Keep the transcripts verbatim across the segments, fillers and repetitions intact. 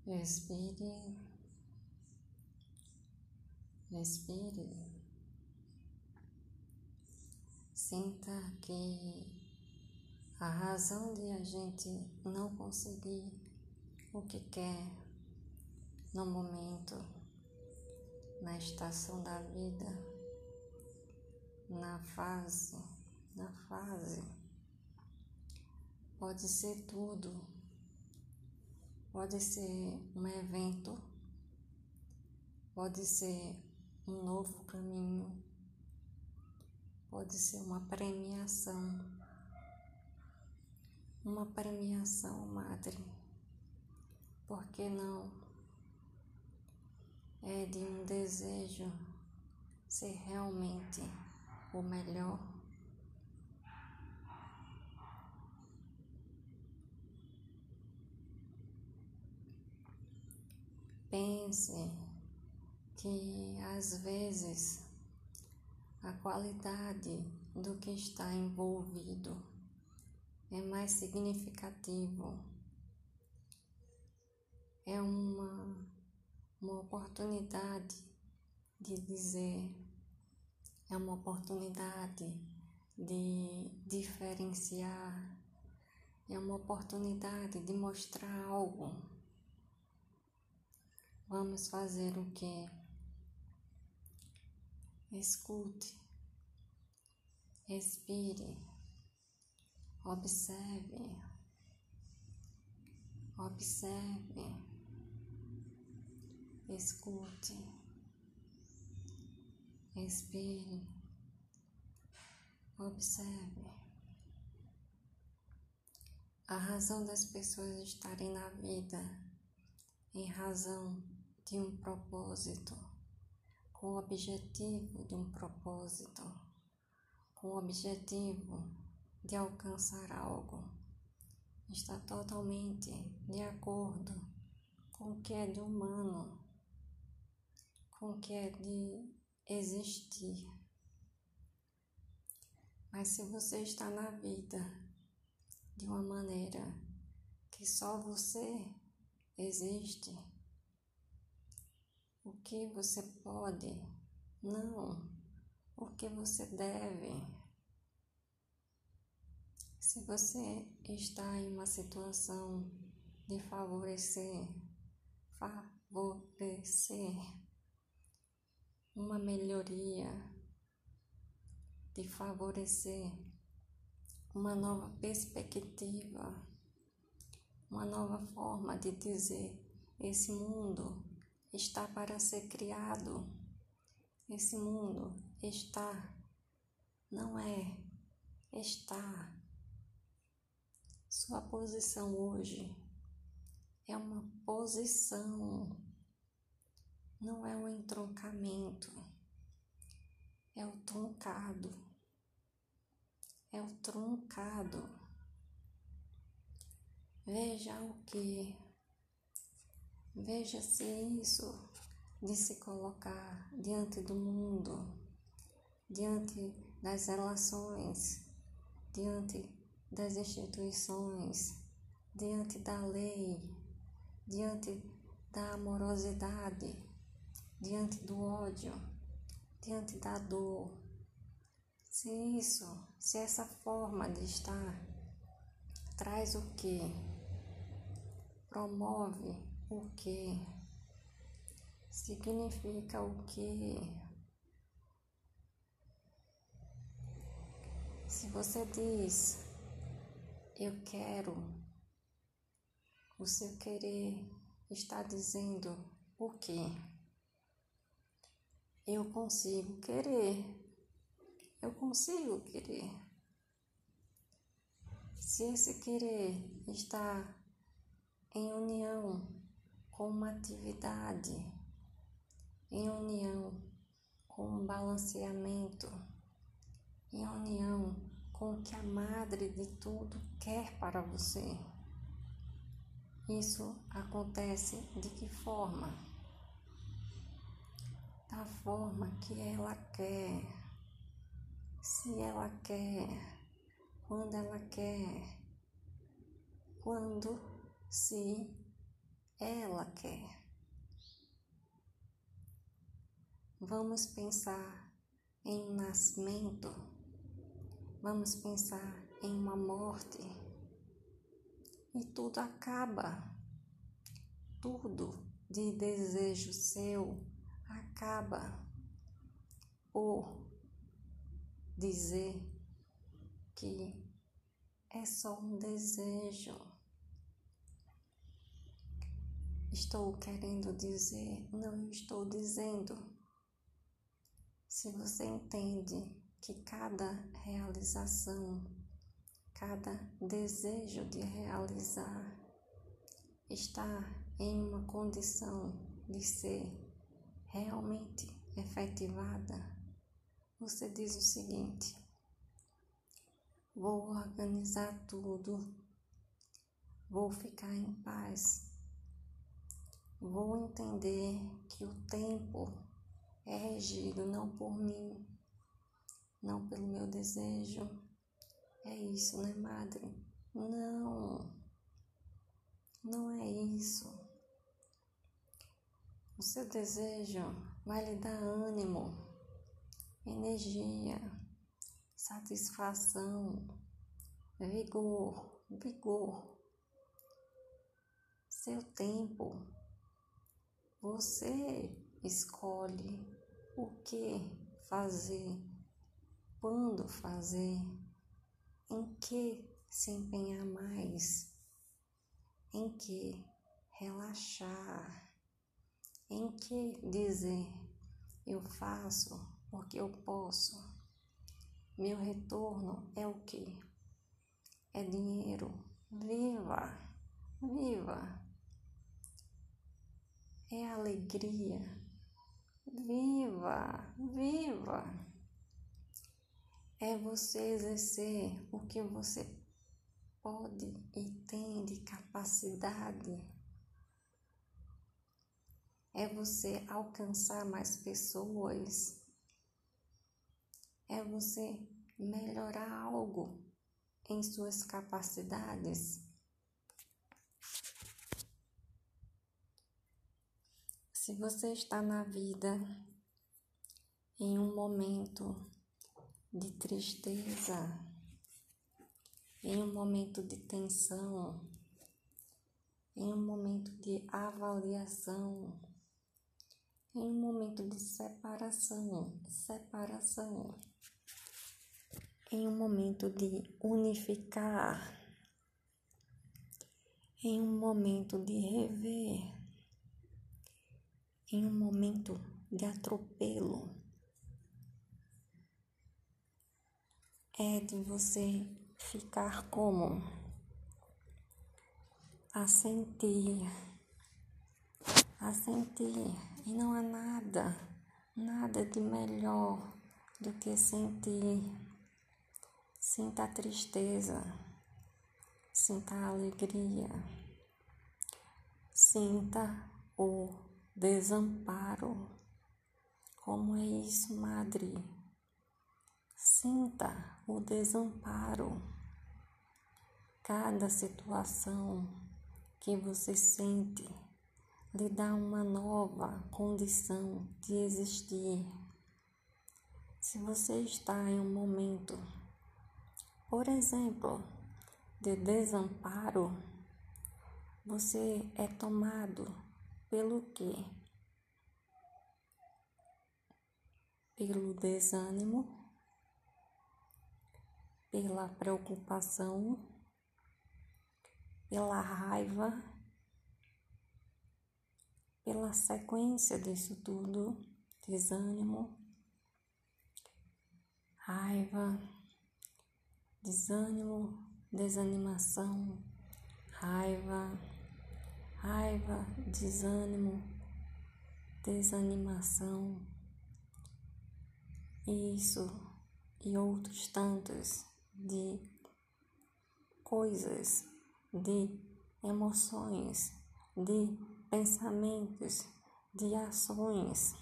Respire, respire. Sinta que a razão de a gente não conseguir o que quer no momento, na estação da vida, na fase, na fase, pode ser tudo, pode ser um evento, pode ser um novo caminho, pode ser uma premiação, uma premiação, madre, por que não? É de um desejo ser realmente o melhor. Pense que às vezes a qualidade do que está envolvido é mais significativo. É uma, uma oportunidade de dizer, é uma oportunidade de diferenciar, é uma oportunidade de mostrar algo. Vamos fazer o quê? Escute, respire, observe, observe, escute, respire, observe. A razão das pessoas estarem na vida em razão de um propósito, com o objetivo de um propósito, com o objetivo de alcançar algo, está totalmente de acordo com o que é de humano, com o que é de existir. Mas se você está na vida de uma maneira que só você existe, o que você pode, não, o que você deve. Se você está em uma situação de favorecer, favorecer uma melhoria, de favorecer uma nova perspectiva, uma nova forma de dizer, esse mundo está para ser criado, esse mundo está, não é, está. Sua posição hoje é uma posição, não é um entroncamento, é o truncado, é o truncado. Veja o que, veja se isso de se colocar diante do mundo, diante das relações, diante das instituições, diante da lei, diante da amorosidade, diante do ódio, diante da dor. Se isso, se essa forma de estar traz o que? Promove o que? Significa o que? Se você diz, eu quero, o seu querer está dizendo o quê? Eu consigo querer, eu consigo querer. Se esse querer está em união com uma atividade, em união com um balanceamento, em união com o que a Madre de tudo quer para você, isso acontece de que forma? Da forma que ela quer, se ela quer, quando ela quer, quando, se ela quer. Vamos pensar em um nascimento, vamos pensar em uma morte e tudo acaba, tudo de desejo seu acaba por dizer que é só um desejo. Estou querendo dizer, não estou dizendo. Se você entende que cada realização, cada desejo de realizar está em uma condição de ser realmente efetivada, você diz o seguinte: vou organizar tudo, vou ficar em paz, vou entender que o tempo é regido não por mim, não pelo meu desejo. É isso, né, madre? Não, não é isso. O seu desejo vai lhe dar ânimo, energia, satisfação, vigor, vigor. Seu tempo, você escolhe o que fazer, quando fazer, em que se empenhar mais, em que relaxar, em que dizer eu faço porque eu posso. Meu retorno é o quê? É dinheiro. Viva, viva. É alegria. Viva, viva. É você exercer o que você pode e tem de capacidade. É você alcançar mais pessoas. É você melhorar algo em suas capacidades. Se você está na vida em um momento de tristeza, em um momento de tensão, em um momento de avaliação, em um momento de separação, separação, em um momento de unificar, em um momento de rever, em um momento de atropelo, é de você ficar como? A sentir, a sentir, e não há nada, nada de melhor do que sentir. Sinta a tristeza, sinta a alegria, sinta o desamparo. Como é isso, madre? Sinta o desamparo. Cada situação que você sente lhe dá uma nova condição de existir. Se você está em um momento, por exemplo, de desamparo, você é tomado pelo quê? Pelo desânimo, pela preocupação, pela raiva, pela sequência disso tudo, desânimo, raiva, desânimo, desanimação, raiva, raiva, desânimo, desanimação, isso e outros tantos de coisas, de emoções, de pensamentos, de ações.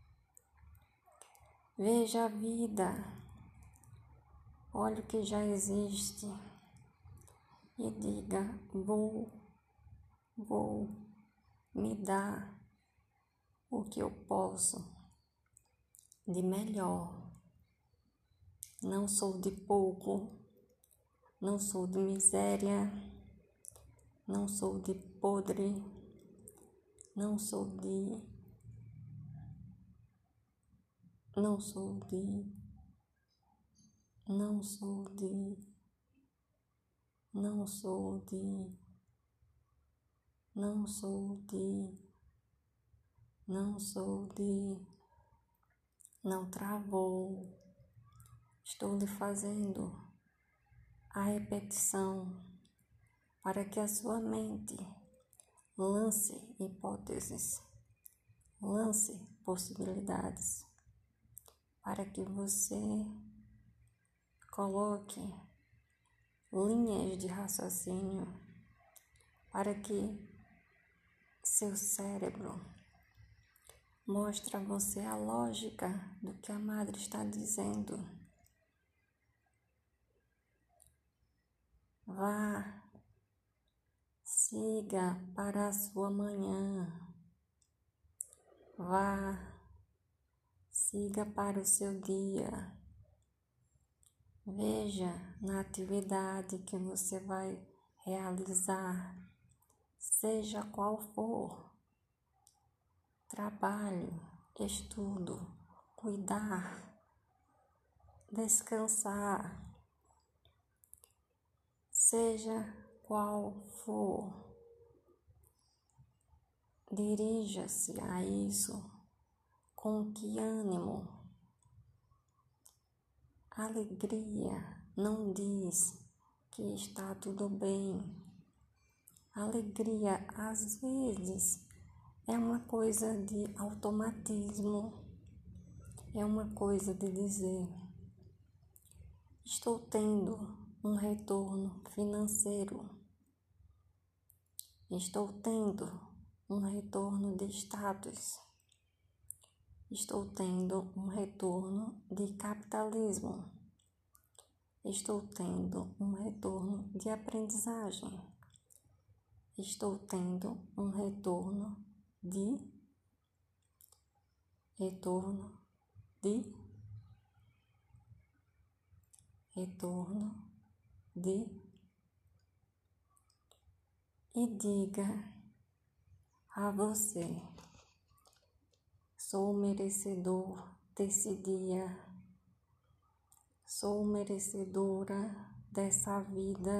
Veja a vida, olhe o que já existe e diga: vou, vou, me dá o que eu posso de melhor. Não sou de pouco, não sou de miséria, não sou de podre, não sou de, não sou de, não sou de, não sou de, não sou de, não sou de, não travou. Estou lhe fazendo a repetição para que a sua mente lance hipóteses, lance possibilidades, para que você coloque linhas de raciocínio, para que seu cérebro mostre a você a lógica do que a madre está dizendo. Vá, siga para a sua manhã. Vá, siga para o seu dia. Veja na atividade que você vai realizar, seja qual for, trabalho, estudo, cuidar, descansar, seja qual for, dirija-se a isso com que ânimo. Alegria não diz que está tudo bem. Alegria, às vezes, é uma coisa de automatismo, é uma coisa de dizer: estou tendo um retorno financeiro, estou tendo um retorno de status, estou tendo um retorno de capitalismo, estou tendo um retorno de aprendizagem, estou tendo um retorno de retorno de retorno de e diga a você: sou merecedor desse dia, sou merecedora dessa vida,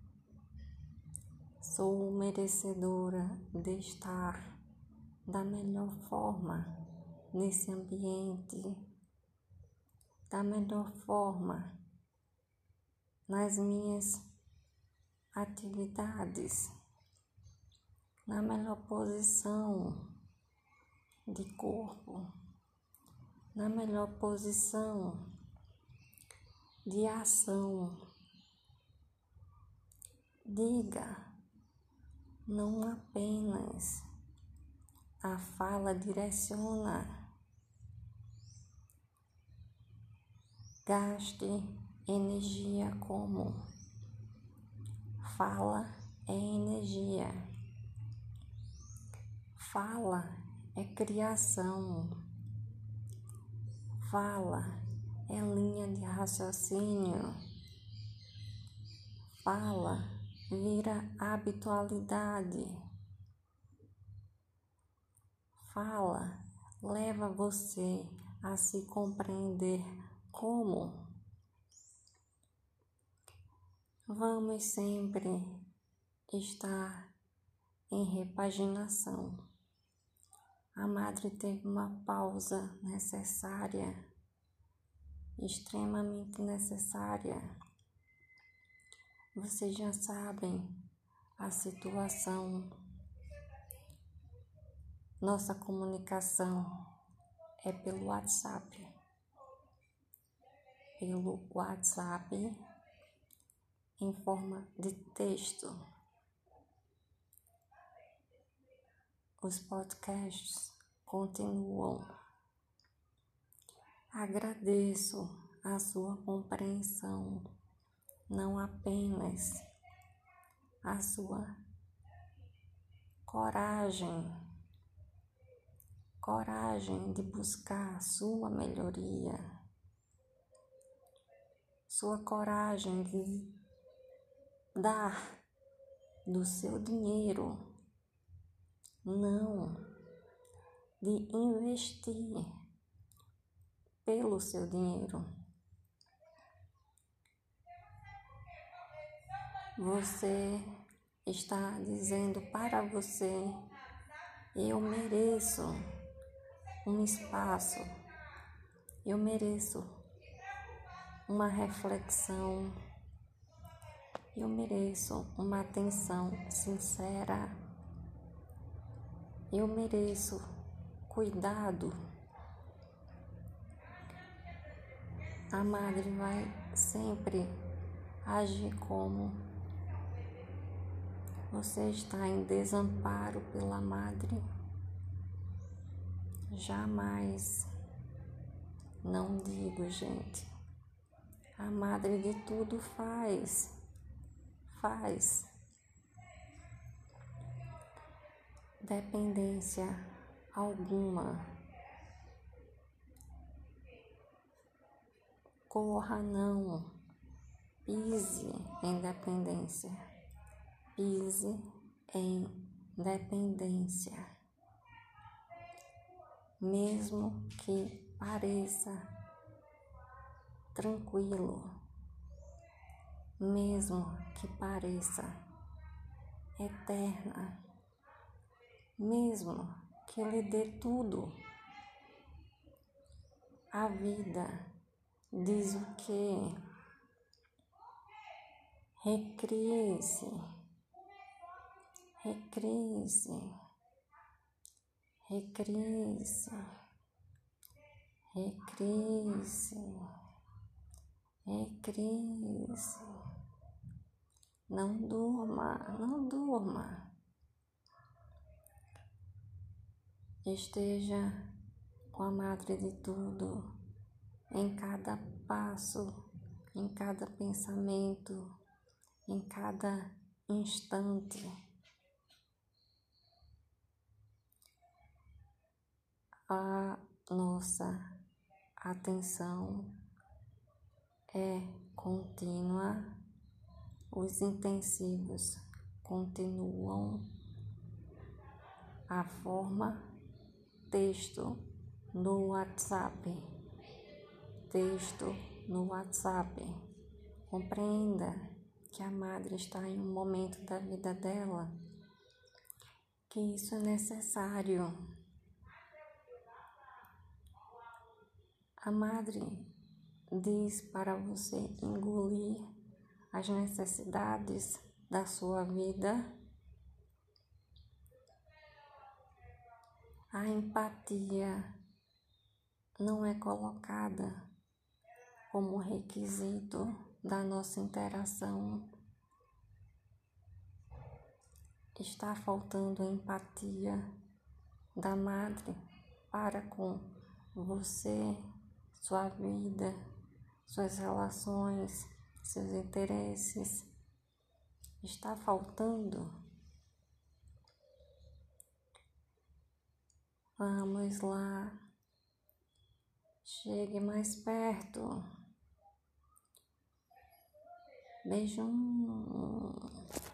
sou merecedora de estar da melhor forma nesse ambiente, da melhor forma nas minhas atividades, na melhor posição de corpo, na melhor posição de ação. Diga, não apenas a fala direciona, gaste energia como fala é energia, fala é criação, fala é linha de raciocínio, fala vira habitualidade, fala leva você a se compreender como. Vamos sempre estar em repaginação. A madre teve uma pausa necessária, extremamente necessária. Vocês já sabem a situação. Nossa comunicação é pelo WhatsApp. Pelo WhatsApp, em forma de texto. Os podcasts continuam. Agradeço a sua compreensão, não apenas a sua coragem, coragem de buscar sua melhoria, sua coragem de dar do seu dinheiro, não de investir pelo seu dinheiro. Você está dizendo para você: eu mereço um espaço, eu mereço uma reflexão, eu mereço uma atenção sincera, eu mereço cuidado. A madre vai sempre agir como você está em desamparo pela madre. Jamais, não digo, gente. A madre de tudo faz, faz. Dependência alguma. Corra não, pise em dependência, pise em dependência. Mesmo que pareça tranquilo, mesmo que pareça eterna, mesmo que lhe dê tudo, a vida diz o quê? Recrie-se, recrie-se, recrie-se, recrie-se, recrie-se. Não durma, não durma. Esteja com a madre de tudo, em cada passo, em cada pensamento, em cada instante. A nossa atenção é contínua, os intensivos continuam, a forma texto no WhatsApp, texto no WhatsApp. Compreenda que a madre está em um momento da vida dela que isso é necessário. A madre diz para você engolir as necessidades da sua vida. A empatia não é colocada como requisito da nossa interação. Está faltando empatia da madre para com você, sua vida, suas relações, seus interesses. Está faltando. Vamos lá. Chegue mais perto. Beijão.